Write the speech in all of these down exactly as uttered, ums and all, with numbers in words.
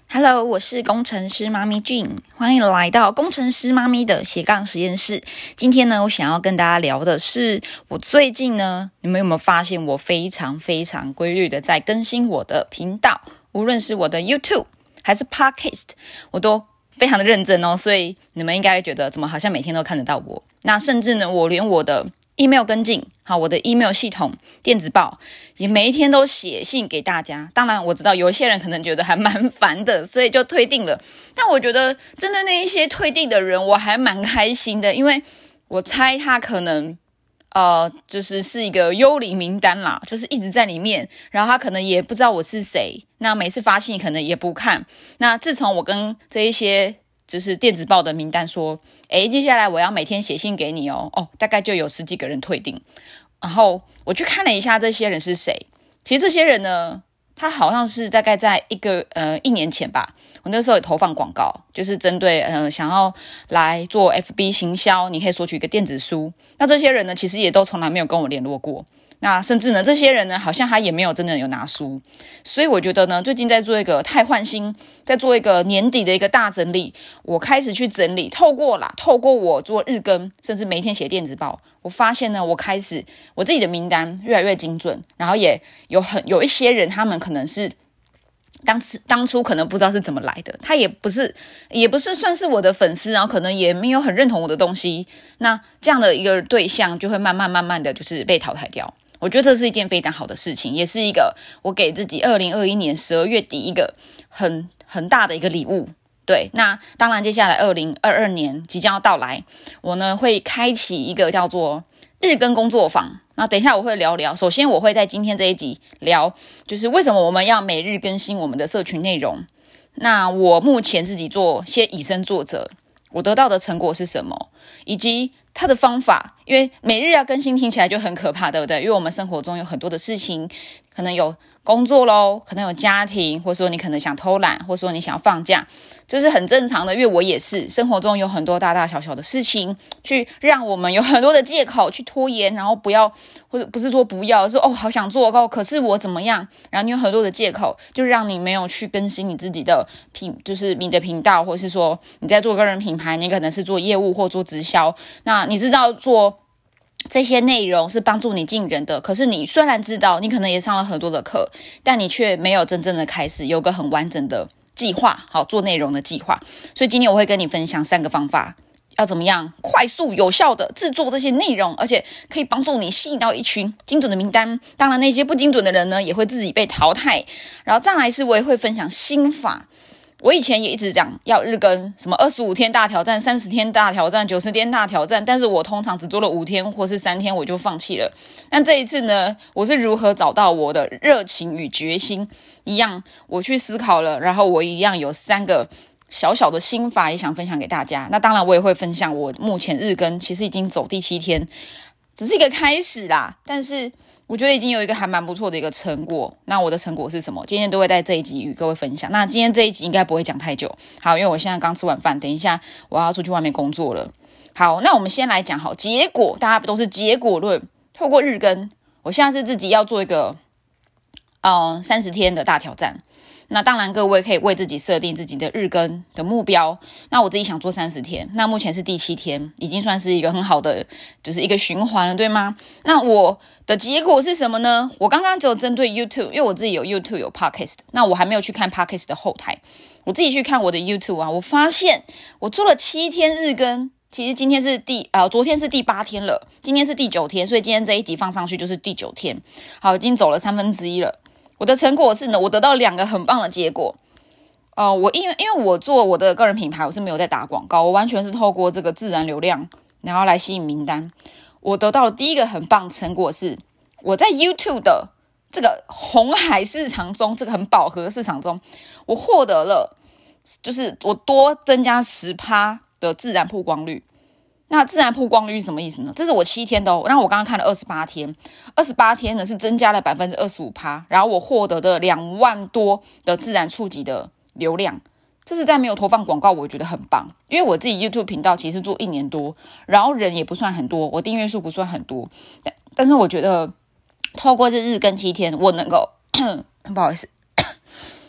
Hello， 我是工程师妈咪 Jean， 欢迎来到工程师妈咪的斜杠实验室。今天呢，我想要跟大家聊的是，我最近呢，你们有没有发现我非常非常规律的在更新我的频道，无论是我的 YouTube 还是 Podcast， 我都非常的认真哦，所以你们应该觉得怎么好像每天都看得到我。那甚至呢，我连我的email 跟进，好，我的 email 系统电子报也每一天都写信给大家。当然我知道有一些人可能觉得还蛮烦的，所以就退订了。但我觉得针对那一些退订的人，我还蛮开心的，因为我猜他可能呃，就是是一个幽灵名单啦，就是一直在里面，然后他可能也不知道我是谁，那每次发信可能也不看。那自从我跟这一些就是电子报的名单说，诶，接下来我要每天写信给你哦，哦，大概就有十几个人退订。然后我去看了一下这些人是谁，其实这些人呢，他好像是大概在一个呃一年前吧，我那时候有投放广告，就是针对呃想要来做 F B 行销，你可以索取一个电子书。那这些人呢，其实也都从来没有跟我联络过。那甚至呢，这些人呢，好像他也没有真的有拿书，所以我觉得呢，最近在做一个汰换新，在做一个年底的一个大整理，我开始去整理，透过啦，透过我做日更，甚至每一天写电子报，我发现呢，我开始我自己的名单越来越精准，然后也有很有一些人，他们可能是当时当初可能不知道是怎么来的，他也不是也不是算是我的粉丝，然后可能也没有很认同我的东西，那这样的一个对象就会慢慢慢慢的就是被淘汰掉。我觉得这是一件非常好的事情，也是一个我给自己二零二一年十二月底一个很很大的一个礼物。对，那当然接下来二零二二年即将要到来，我呢会开启一个叫做日更工作坊。那等一下我会聊聊，首先我会在今天这一集聊，就是为什么我们要每日更新我们的社群内容。那我目前自己做些以身作则，我得到的成果是什么，以及它的方法。因为每日要更新听起来就很可怕，对不对？因为我们生活中有很多的事情，可能有工作咯，可能有家庭，或者说你可能想偷懒，或者说你想要放假，这是很正常的。因为我也是生活中有很多大大小小的事情，去让我们有很多的借口去拖延，然后不要，或者不是说不要，说哦好想做哦，可是我怎么样？然后你有很多的借口，就让你没有去更新你自己的频，就是你的频道，或是说你在做个人品牌，你可能是做业务或做直销，那你知道做这些内容是帮助你进人的，可是你虽然知道，你可能也上了很多的课，但你却没有真正的开始有个很完整的计划，好做内容的计划。所以今天我会跟你分享三个方法，要怎么样快速有效的制作这些内容，而且可以帮助你吸引到一群精准的名单。当然那些不精准的人呢，也会自己被淘汰。然后再来是我也会分享心法。我以前也一直讲要日更，什么二十五天大挑战、三十天大挑战、九十天大挑战，但是我通常只做了五天或是三天我就放弃了。但这一次呢，我是如何找到我的热情与决心一样，我去思考了，然后我一样有三个小小的心法也想分享给大家。那当然我也会分享我目前日更其实已经走第七天，只是一个开始啦，但是我觉得已经有一个还蛮不错的一个成果。那我的成果是什么？今天都会在这一集与各位分享。那今天这一集应该不会讲太久，好，因为我现在刚吃完饭，等一下我要出去外面工作了。好，那我们先来讲好结果，大家都是结果论。透过日更，我现在是自己要做一个呃三十天的大挑战。那当然各位可以为自己设定自己的日更的目标，那我自己想做三十天，那目前是第七天，已经算是一个很好的就是一个循环了，对吗？那我的结果是什么呢？我刚刚只有针对 YouTube， 因为我自己有 YouTube 有 Podcast， 那我还没有去看 Podcast 的后台，我自己去看我的 YouTube 啊，我发现我做了七天日更，其实今天是第呃昨天是第八天了，今天是第九天，所以今天这一集放上去就是第九天，好，已经走了三分之一了。我的成果是呢，我得到两个很棒的结果。呃，我因为因为我做我的个人品牌，我是没有在打广告，我完全是透过这个自然流量，然后来吸引名单。我得到的第一个很棒的成果是，我在 YouTube 的这个红海市场中，这个很饱和的市场中，我获得了，就是我多增加 百分之十 的自然曝光率。那自然曝光率是什么意思呢？这是我七天的哦，那我刚刚看了二十八天，二十八天呢是增加了 百分之二十五， 然后我获得的两万多的自然触及的流量，这是在没有投放广告，我觉得很棒。因为我自己 YouTube 频道其实做一年多，然后人也不算很多，我订阅数不算很多，但但是我觉得透过这日更七天，我能够不好意思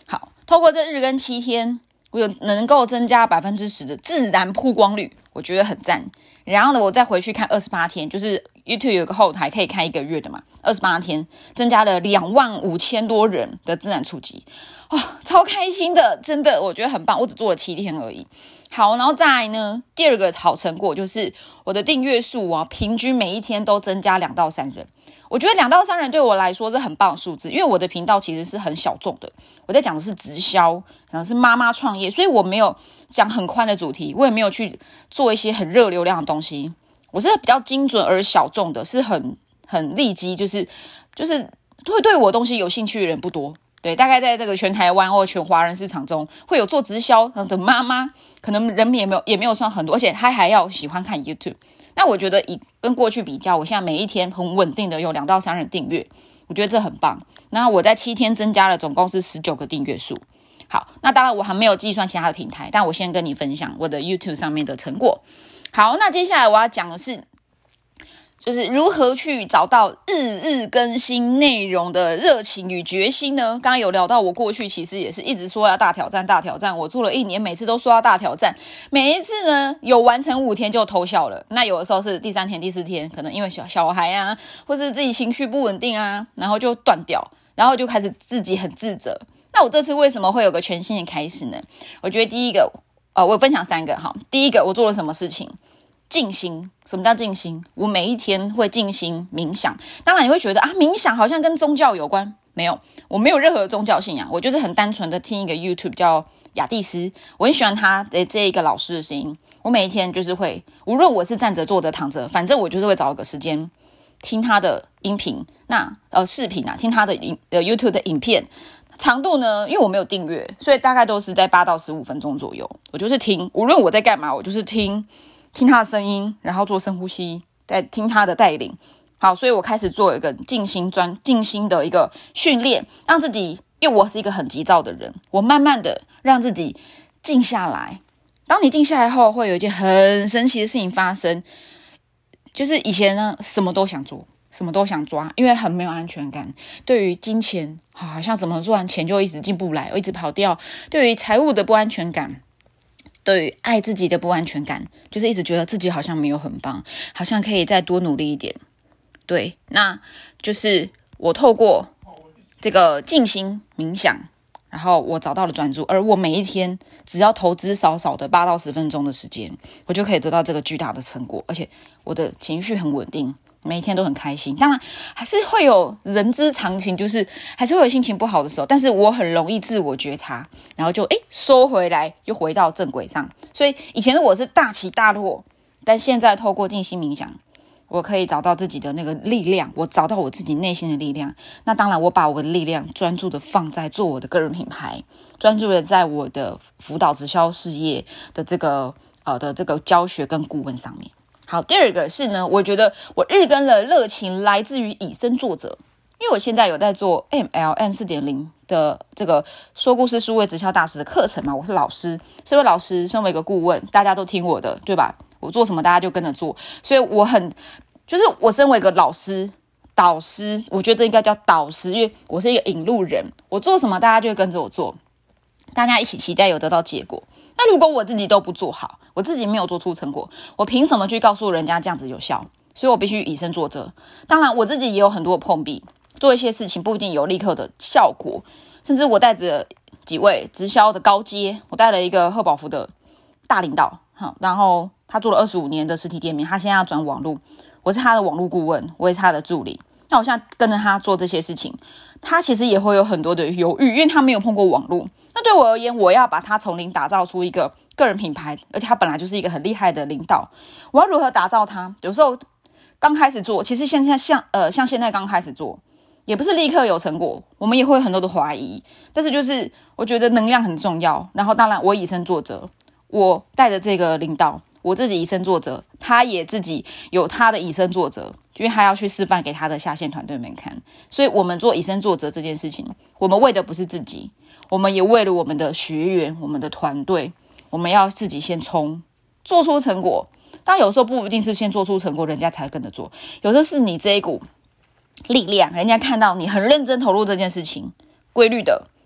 透过这日更七天，我有能够增加百分之十的自然曝光率，我觉得很赞。然后呢，我再回去看二十八天，就是 YouTube 有个后台可以看一个月的嘛，二十八天增加了两万五千多人的自然触及，哦，超开心的，真的，我觉得很棒。我只做了七天而已。好，然后再来呢，第二个好成果就是我的订阅数啊，平均每一天都增加两到三人。我觉得两到三人对我来说是很棒的数字，因为我的频道其实是很小众的，我在讲的是直销，讲的是妈妈创业，所以我没有讲很宽的主题，我也没有去做一些很热流量的东西，我是比较精准而小众的，是很很利基，就是就是会对我东西有兴趣的人不多。对，大概在这个全台湾或全华人市场中，会有做直销的妈妈，可能人也没有也没有算很多，而且她还要喜欢看 YouTube。那我觉得以跟过去比较，我现在每一天很稳定的有两到三人订阅，我觉得这很棒。那我在七天增加了总共是十九个订阅数。好，那当然我还没有计算其他的平台，但我先跟你分享我的 YouTube 上面的成果。好，那接下来我要讲的是，就是如何去找到日日更新内容的热情与决心呢？刚刚有聊到我过去其实也是一直说要大挑战大挑战，我做了一年，每次都说要大挑战，每一次呢有完成五天就偷笑了。那有的时候是第三天第四天，可能因为小小孩啊，或是自己情绪不稳定啊，然后就断掉，然后就开始自己很自责。那我这次为什么会有个全新的开始呢？我觉得第一个呃，我分享三个。好，第一个我做了什么事情？静心。什么叫静心？我每一天会静心冥想。当然你会觉得啊，冥想好像跟宗教有关，没有，我没有任何宗教信仰，我就是很单纯的听一个 YouTube 叫雅蒂斯，我很喜欢他的这一个老师的声音。我每一天就是会，无论我是站着坐着躺着，反正我就是会找一个时间听他的音频，那呃视频啊，听他的影呃 YouTube 的影片。长度呢，因为我没有订阅，所以大概都是在八到十五分钟左右。我就是听，无论我在干嘛，我就是听听他的声音，然后做深呼吸，再听他的带领。好，所以我开始做一个静心专静心的一个训练，让自己，因为我是一个很急躁的人，我慢慢的让自己静下来。当你静下来后，会有一件很神奇的事情发生，就是以前呢什么都想做。什么都想抓，因为很没有安全感。对于金钱，好像怎么做完钱就一直进不来，一直跑掉。对于财务的不安全感，对于爱自己的不安全感，就是一直觉得自己好像没有很棒，好像可以再多努力一点。对，那就是我透过这个静心冥想，然后我找到了专注，而我每一天只要投资少少的八到十分钟的时间，我就可以得到这个巨大的成果，而且我的情绪很稳定。每一天都很开心，当然还是会有人之常情，就是还是会有心情不好的时候，但是我很容易自我觉察，然后就诶收回来，又回到正轨上。所以以前的我是大起大落，但现在透过静心冥想，我可以找到自己的那个力量，我找到我自己内心的力量。那当然我把我的力量专注的放在做我的个人品牌，专注的在我的辅导直销事业的这个呃的这个教学跟顾问上面。好，第二个是呢，我觉得我日更的热情来自于以身作则，因为我现在有在做 M L M 四点零 的这个说故事数位直销大师的课程嘛，我是老师，身为老师，身为一个顾问，大家都听我的，对吧？我做什么大家就跟着做，所以我很就是我身为一个老师导师，我觉得这应该叫导师，因为我是一个引路人，我做什么大家就会跟着我做，大家一起期待有得到结果。那如果我自己都不做好，我自己没有做出成果，我凭什么去告诉人家这样子有效？所以我必须以身作则。当然我自己也有很多的碰壁，做一些事情不一定有立刻的效果，甚至我带着几位直销的高阶，我带了一个贺宝福的大领导，然后他做了二十五年的实体店面，他现在要转网路，我是他的网路顾问，我也是他的助理。那我现在跟着他做这些事情，他其实也会有很多的犹豫，因为他没有碰过网路。那对我而言，我要把他从零打造出一个个人品牌，而且他本来就是一个很厉害的领导，我要如何打造他？有时候刚开始做，其实现在像呃像现在刚开始做，也不是立刻有成果，我们也会有很多的怀疑。但是就是我觉得能量很重要，然后当然我以身作则，我带着这个领导，我自己以身作则，他也自己有他的以身作则，因为他要去示范给他的下线团队们看。所以我们做以身作则这件事情，我们为的不是自己，我们也为了我们的学员，我们的团队，我们要自己先冲，做出成果。当然有时候不一定是先做出成果人家才跟着做，有时候是你这一股力量，人家看到你很认真投入这件事情，规律的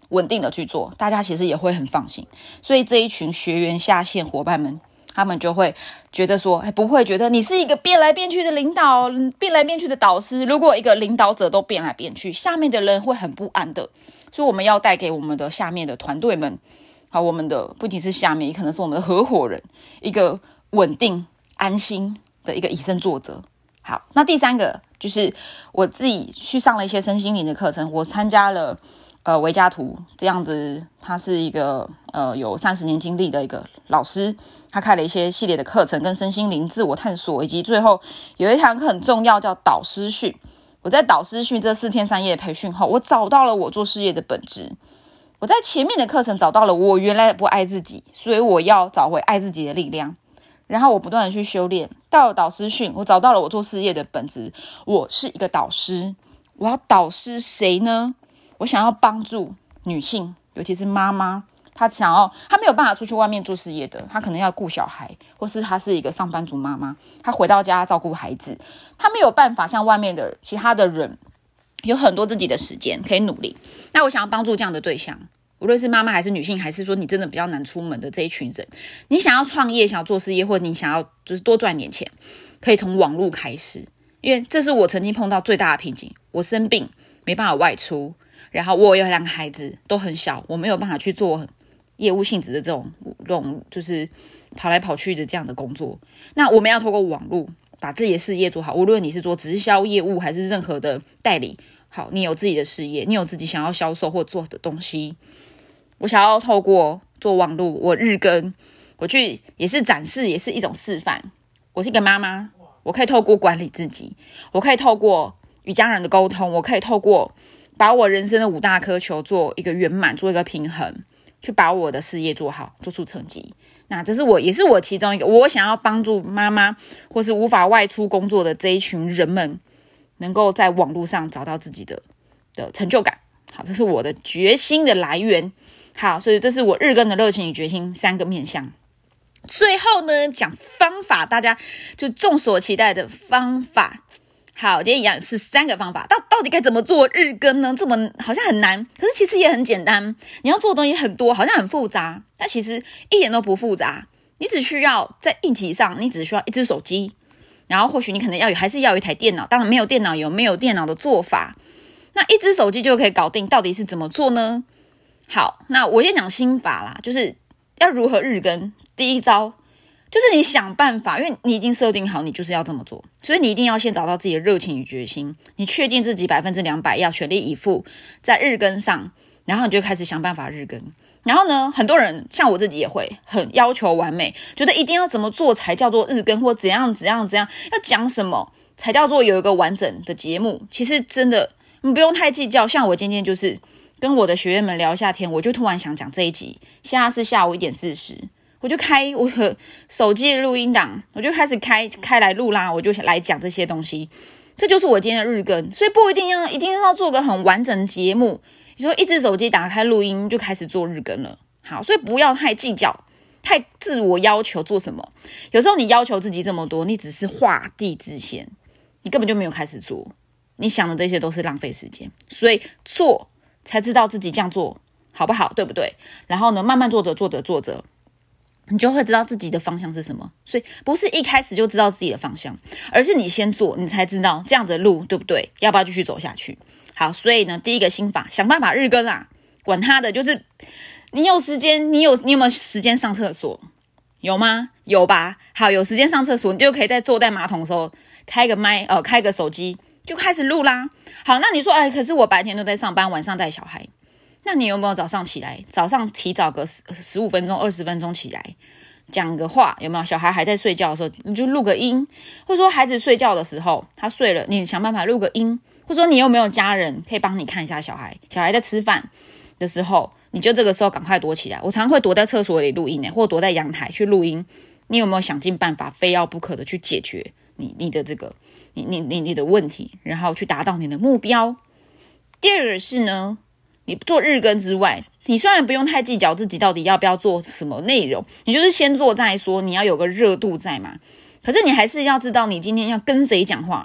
稳定的去做，大家其实也会很放心。所以这一群学员下线伙伴们，他们就会觉得说，哎，不会觉得你是一个变来变去的领导，变来变去的导师。如果一个领导者都变来变去，下面的人会很不安的。所以我们要带给我们的下面的团队们，好，我们的不仅是下面，也可能是我们的合伙人，一个稳定安心的一个以身作则。好，那第三个就是我自己去上了一些身心灵的课程，我参加了呃维加图这样子，他是一个呃有三十年经历的一个老师，他开了一些系列的课程跟身心灵自我探索，以及最后有一堂课很重要叫导师训。我在导师训这四天三夜培训后，我找到了我做事业的本质。我在前面的课程找到了我原来不爱自己，所以我要找回爱自己的力量。然后我不断的去修炼，到了导师训，我找到了我做事业的本质。我是一个导师，我要导师谁呢？我想要帮助女性，尤其是妈妈，她想要，她没有办法出去外面做事业的，她可能要顾小孩，或是她是一个上班族妈妈，她回到家照顾孩子，她没有办法像外面的其他的人有很多自己的时间可以努力。那我想要帮助这样的对象，无论是妈妈还是女性，还是说你真的比较难出门的这一群人，你想要创业，想要做事业，或者你想要就是多赚点钱，可以从网络开始。因为这是我曾经碰到最大的瓶颈，我生病没办法外出，然后我有两个孩子都很小，我没有办法去做业务性质的这种这种就是跑来跑去的这样的工作。那我们要透过网络把自己的事业做好，无论你是做直销业务还是任何的代理，好，你有自己的事业，你有自己想要销售或做的东西，我想要透过做网络，我日更，我去也是展示，也是一种示范。我是一个妈妈，我可以透过管理自己，我可以透过与家人的沟通，我可以透过把我人生的五大苛求做一个圆满，做一个平衡，去把我的事业做好，做出成绩。那这是我，也是我其中一个，我想要帮助妈妈或是无法外出工作的这一群人们，能够在网络上找到自己的的成就感。好，这是我的决心的来源。好，所以这是我日更的热情与决心三个面向。最后呢，讲方法，大家就众所期待的方法。好，今天一样是三个方法，到到底该怎么做日更呢？这么好像很难，可是其实也很简单。你要做的东西很多，好像很复杂，但其实一点都不复杂。你只需要在硬体上，你只需要一只手机，然后或许你可能要有，还是要有一台电脑。当然没有电脑有没有电脑的做法，那一只手机就可以搞定。到底是怎么做呢？好，那我先讲心法啦，就是要如何日更。第一招就是你想办法，因为你已经设定好你就是要这么做，所以你一定要先找到自己的热情与决心，你确定自己百分之两百要全力以赴在日更上，然后你就开始想办法日更。然后呢，很多人像我自己也会很要求完美，觉得一定要怎么做才叫做日更，或怎样怎样怎样，要讲什么才叫做有一个完整的节目。其实真的你不用太计较，像我今天就是跟我的学员们聊一下天，我就突然想讲这一集，现在是下午一点四十，我就开我的手机的录音档，我就开始开开来录啦，我就来讲这些东西。这就是我今天的日更，所以不一定要一定要做个很完整的节目。你说一只手机打开录音就开始做日更了，好，所以不要太计较，太自我要求做什么。有时候你要求自己这么多，你只是画地自限，你根本就没有开始做，你想的这些都是浪费时间。所以做才知道自己这样做好不好，对不对？然后呢，慢慢做着做着做着，你就会知道自己的方向是什么。所以不是一开始就知道自己的方向，而是你先做，你才知道这样的路对不对，要不要继续走下去。好，所以呢，第一个心法，想办法日更啦，管他的，就是你有时间，你有你有没有时间上厕所？有吗？有吧。好，有时间上厕所，你就可以在坐在马桶的时候开个麦，呃，开个手机就开始录啦。好，那你说，哎，可是我白天都在上班，晚上带小孩，那你有没有早上起来，早上提早个十五分钟、二十分钟起来讲个话？有没有？小孩还在睡觉的时候，你就录个音，或者说孩子睡觉的时候，他睡了，你想办法录个音。或者说你有没有家人可以帮你看一下小孩？小孩在吃饭的时候，你就这个时候赶快躲起来。我常常会躲在厕所里录音，或躲在阳台去录音。你有没有想尽办法，非要不可的去解决你你的这个你你你你的问题，然后去达到你的目标？第二个是呢，你做日更之外，你虽然不用太计较自己到底要不要做什么内容，你就是先做再说，你要有个热度在嘛。可是你还是要知道你今天要跟谁讲话。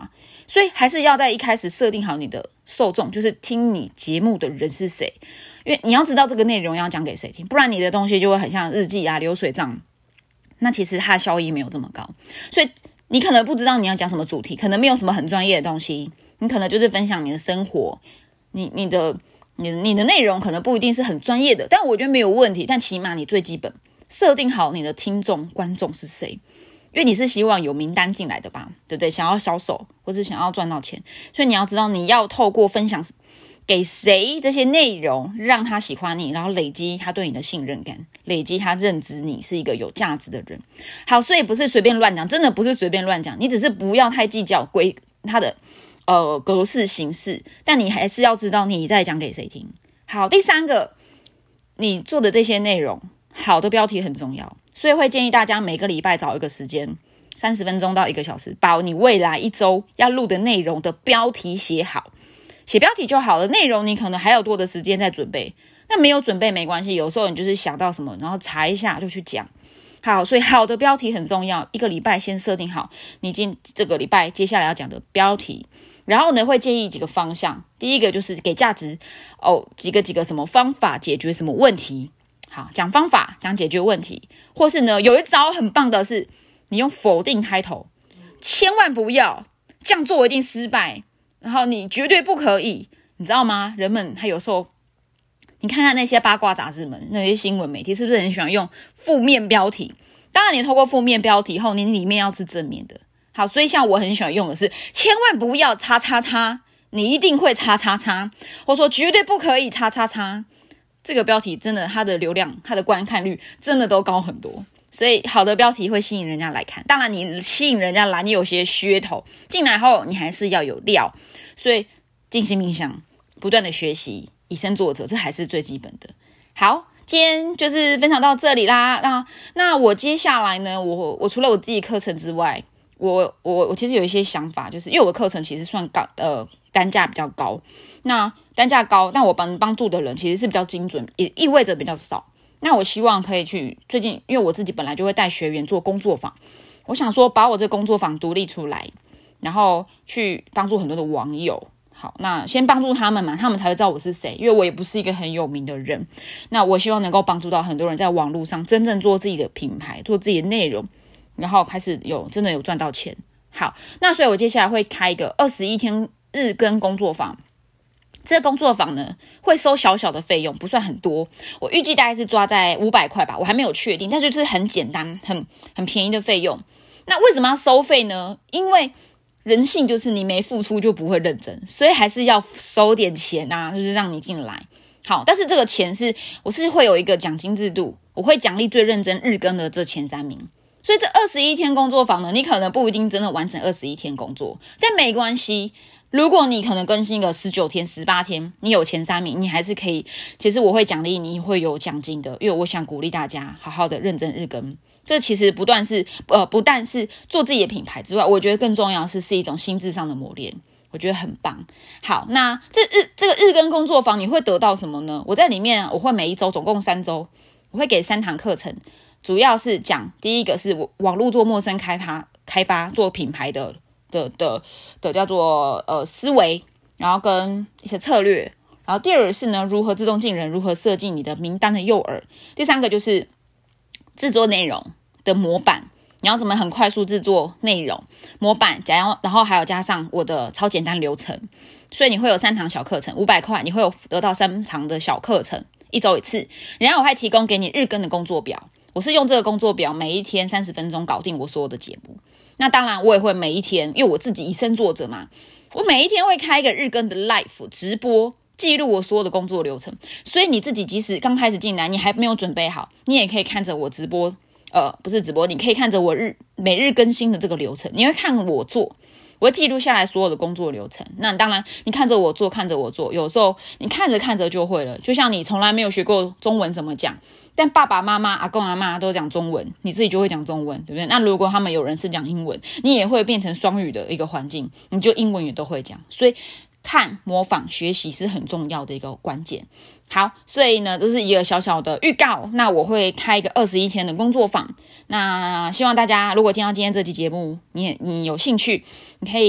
所以还是要在一开始设定好你的受众，就是听你节目的人是谁，因为你要知道这个内容要讲给谁听，不然你的东西就会很像日记啊、流水账，那其实它的效益没有这么高。所以你可能不知道你要讲什么主题，可能没有什么很专业的东西，你可能就是分享你的生活，你你的你的你的内容可能不一定是很专业的，但我觉得没有问题，但起码你最基本设定好你的听众观众是谁，因为你是希望有名单进来的吧，对不对？想要销售或是想要赚到钱，所以你要知道你要透过分享给谁这些内容，让他喜欢你，然后累积他对你的信任感，累积他认知你是一个有价值的人。好，所以不是随便乱讲，真的不是随便乱讲，你只是不要太计较规他的呃格式形式，但你还是要知道你在讲给谁听。好，第三个，你做的这些内容，好的标题很重要，所以会建议大家每个礼拜找一个时间，三十分钟到一个小时，把你未来一周要录的内容的标题写好。写标题就好了，内容你可能还有多的时间在准备，那没有准备没关系，有时候你就是想到什么然后查一下就去讲。好，所以好的标题很重要，一个礼拜先设定好你今这个礼拜接下来要讲的标题，然后呢会建议几个方向，第一个就是给价值哦，几个几个什么方法解决什么问题。好，讲方法，讲解决问题，或是呢有一招很棒的是你用否定开头，千万不要这样做一定失败，然后你绝对不可以，你知道吗？人们他有时候，你看看那些八卦杂志们，那些新闻媒体是不是很喜欢用负面标题？当然，你透过负面标题后，你里面要是正面的。好，所以像我很喜欢用的是，千万不要叉叉叉，你一定会叉叉叉，或说绝对不可以叉叉叉。这个标题真的，它的流量、它的观看率真的都高很多。所以好的标题会吸引人家来看，当然你吸引人家来，你有些噱头进来后，你还是要有料，所以静心冥想，不断的学习，以身作则，这还是最基本的。好，今天就是分享到这里啦。那那我接下来呢，我我除了我自己课程之外，我我我其实有一些想法，就是因为我的课程其实算高呃单价比较高，那单价高，但我帮帮助的人其实是比较精准，也意味着比较少。那我希望可以去，最近因为我自己本来就会带学员做工作坊，我想说把我这工作坊独立出来，然后去帮助很多的网友。好，那先帮助他们嘛，他们才会知道我是谁，因为我也不是一个很有名的人。那我希望能够帮助到很多人在网络上真正做自己的品牌，做自己的内容，然后开始有真的有赚到钱。好，那所以我接下来会开一个二十一天日更工作坊。这个工作坊呢，会收小小的费用，不算很多，我预计大概是抓在五百块吧，我还没有确定，但就是很简单、很很便宜的费用。那为什么要收费呢？因为人性就是你没付出就不会认真，所以还是要收点钱啊，就是让你进来。好，但是这个钱是我是会有一个奖金制度，我会奖励最认真日更的这前三名。所以这二十一天工作坊呢，你可能不一定真的完成二十一天工作，但没关系。如果你可能更新个十九天、十八天，你有前三名，你还是可以。其实我会奖励你，会有奖金的，因为我想鼓励大家好好的认真日更。这其实不断是呃，不但是做自己的品牌之外，我觉得更重要的是是一种心智上的磨练，我觉得很棒。好，那这日这个日更工作坊你会得到什么呢？我在里面我会每一周总共三周，我会给三堂课程，主要是讲第一个是网络做陌生开发开发做品牌的。的的的叫做呃思维，然后跟一些策略，然后第二个是呢如何自动进人，如何设计你的名单的诱饵，第三个就是制作内容的模板，你要怎么很快速制作内容模板，然后还有加上我的超简单流程，所以你会有三堂小课程，五百块，你会有得到三堂的小课程，一周一次，然后我还提供给你日更的工作表，我是用这个工作表每一天三十分钟搞定我所有的节目。那当然我也会每一天，因为我自己以身作则嘛，我每一天会开一个日更的 live 直播，记录我所有的工作流程，所以你自己即使刚开始进来你还没有准备好，你也可以看着我直播呃，不是直播，你可以看着我日每日更新的这个流程，你会看我做，我会记录下来所有的工作流程。那当然你看着我做看着我做，有时候你看着看着就会了，就像你从来没有学过中文怎么讲，但爸爸妈妈阿公阿嬷都讲中文，你自己就会讲中文，对不对？那如果他们有人是讲英文，你也会变成双语的一个环境，你就英文也都会讲，所以看模仿学习是很重要的一个关键。好，所以呢这是一个小小的预告，那我会开一个二十一天的工作坊，那希望大家如果听到今天这期节目你你有兴趣，你可以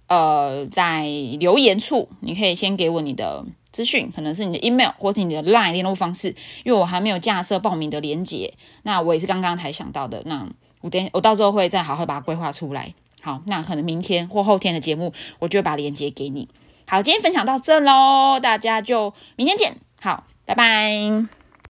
呃，在留言处，你可以先给我你的资讯，可能是你的 email 或是你的 LINE 联络方式，因为我还没有架设报名的连结，那我也是刚刚才想到的，那我等我到时候会再好好把它规划出来。好，那可能明天或后天的节目，我就会把连结给你。好，今天分享到这咯，大家就明天见。好，拜拜。